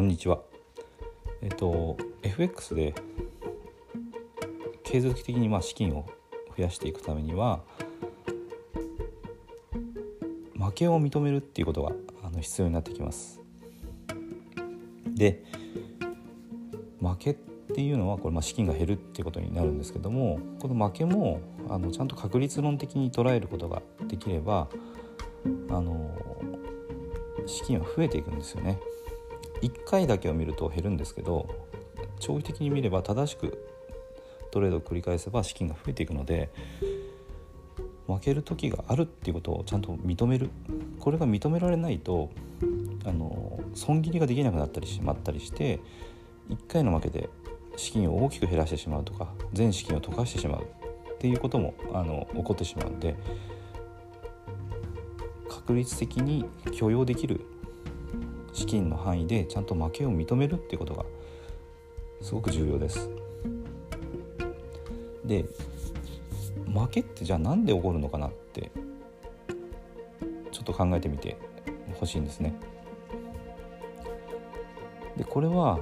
こんにちは。FX で継続的に資金を増やしていくためには負けを認めるっていうことが必要になってきます。で、負けっていうのはこれ資金が減るっていうことになるんですけども、この負けもちゃんと確率論的に捉えることができれば資金は増えていくんですよね。1回だけを見ると減るんですけど、長期的に見れば正しくトレードを繰り返せば資金が増えていくので、負ける時があるっていうことをちゃんと認める。これが認められないと損切りができなくなったりしまったりして、1回の負けで資金を大きく減らしてしまうとか全資金を溶かしてしまうっていうことも起こってしまうので、確率的に許容できる資金の範囲でちゃんと負けを認めるっていうことがすごく重要です。で、負けってじゃあなんで起こるのかなってちょっと考えてみてほしいんですね。で、これは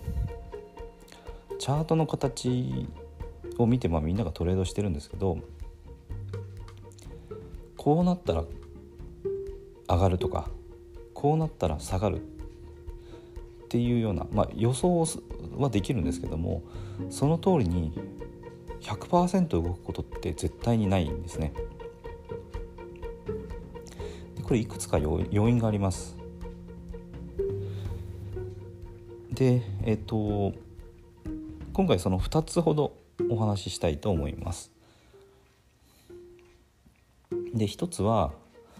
チャートの形を見てみんながトレードしてるんですけど、こうなったら上がるとかこうなったら下がるっていうような、予想はできるんですけども、その通りに 100% 動くことって絶対にないんですね。で、これいくつか要因があります。で、今回その2つほどお話ししたいと思います。で、1つは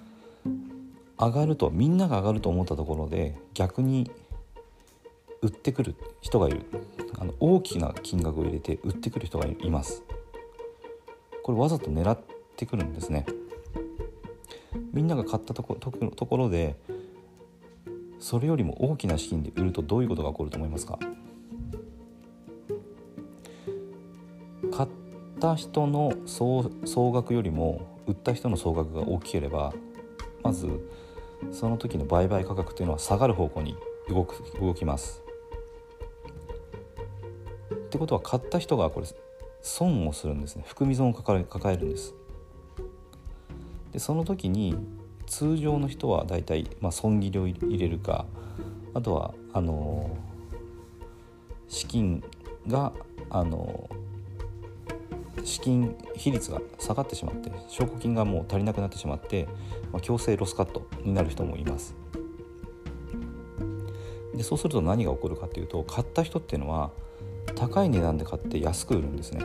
みんなが上がると思ったところで逆に売ってくる人がいる。大きな金額を入れて売ってくる人がいます。これわざと狙ってくるんですね。みんなが買ったところでそれよりも大きな資金で売るとどういうことが起こると思いますか？買った人の総額よりも売った人の総額が大きければ、まずその時の売買価格というのは下がる方向に動きます。ってことは買った人がこれ損をするんですね。含み損を抱えるんです。で、その時に通常の人はだいたい損切りを入れるか、あとは資金比率が下がってしまって証拠金がもう足りなくなってしまって、強制ロスカットになる人もいます。で、そうすると何が起こるかというと、買った人っていうのは高い値段で買って安く売るんですね。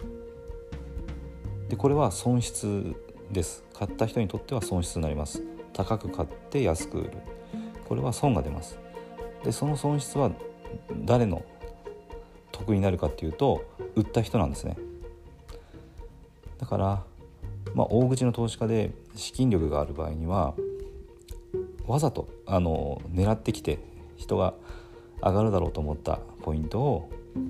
で、これは損失です。買った人にとっては損失になります。高く買って安く売る、これは損が出ます。で、その損失は誰の得になるかっていうと、売った人なんですね。だから大口の投資家で資金力がある場合にはわざと狙ってきて人が上がるだろうと思ったポイントを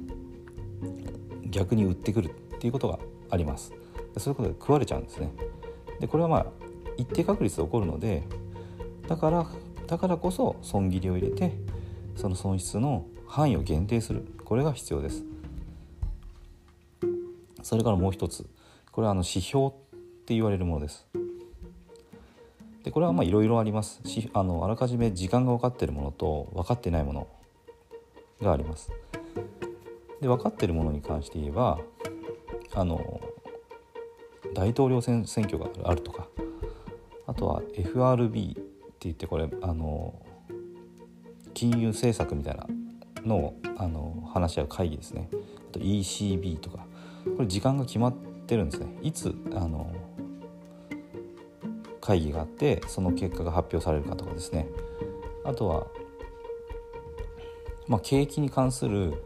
逆に売ってくるっていうことがあります。で、そういうことで食われちゃうんですね。で、これは一定確率で起こるので、だからこそ損切りを入れてその損失の範囲を限定する、これが必要です。それからもう一つ、これは指標って言われるものです。で、これはいろいろあります。あらかじめ時間が分かっているものと分かっていないものがあります。で、分かっているものに関して言えば大統領選挙があるとか、あとは FRB って言って、これ金融政策みたいなのを話し合う会議ですね。あと ECB とか、これ時間が決まってるんですね。いつ会議があってその結果が発表されるかとかですね。あとは景気に関する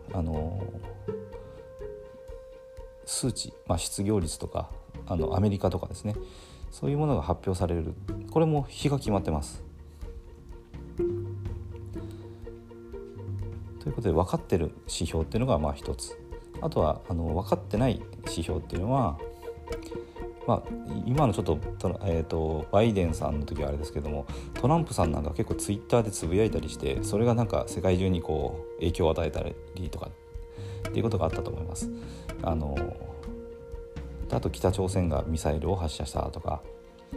数値、失業率とかアメリカとかですね、そういうものが発表される。これも日が決まってます。ということで、分かってる指標っていうのが一つ。あとは分かってない指標っていうのは今のちょっとバイデンさんの時はあれですけども、トランプさんなんか結構ツイッターでつぶやいたりして、それがなんか世界中にこう影響を与えたりとかっていうことがあったと思います。あと北朝鮮がミサイルを発射したとか、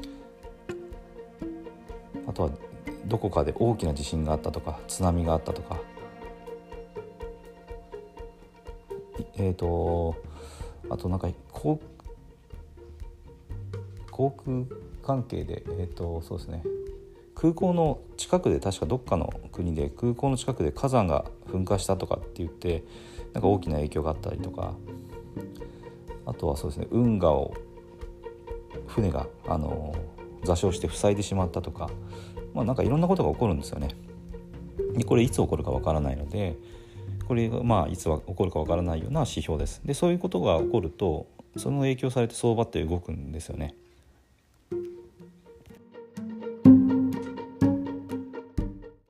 あとはどこかで大きな地震があったとか、津波があったとか、あとなんか航空関係で、そうですね、空港の近くで、確かどっかの国で空港の近くで火山が噴火したとかって言って、なんか大きな影響があったりとか、あとはそうですね、運河を船が座礁して塞いでしまったとか、なんかいろんなことが起こるんですよね。でこれいつ起こるかわからないので、これがいつ起こるかわからないような指標です。でそういうことが起こると、その影響されて相場って動くんですよね。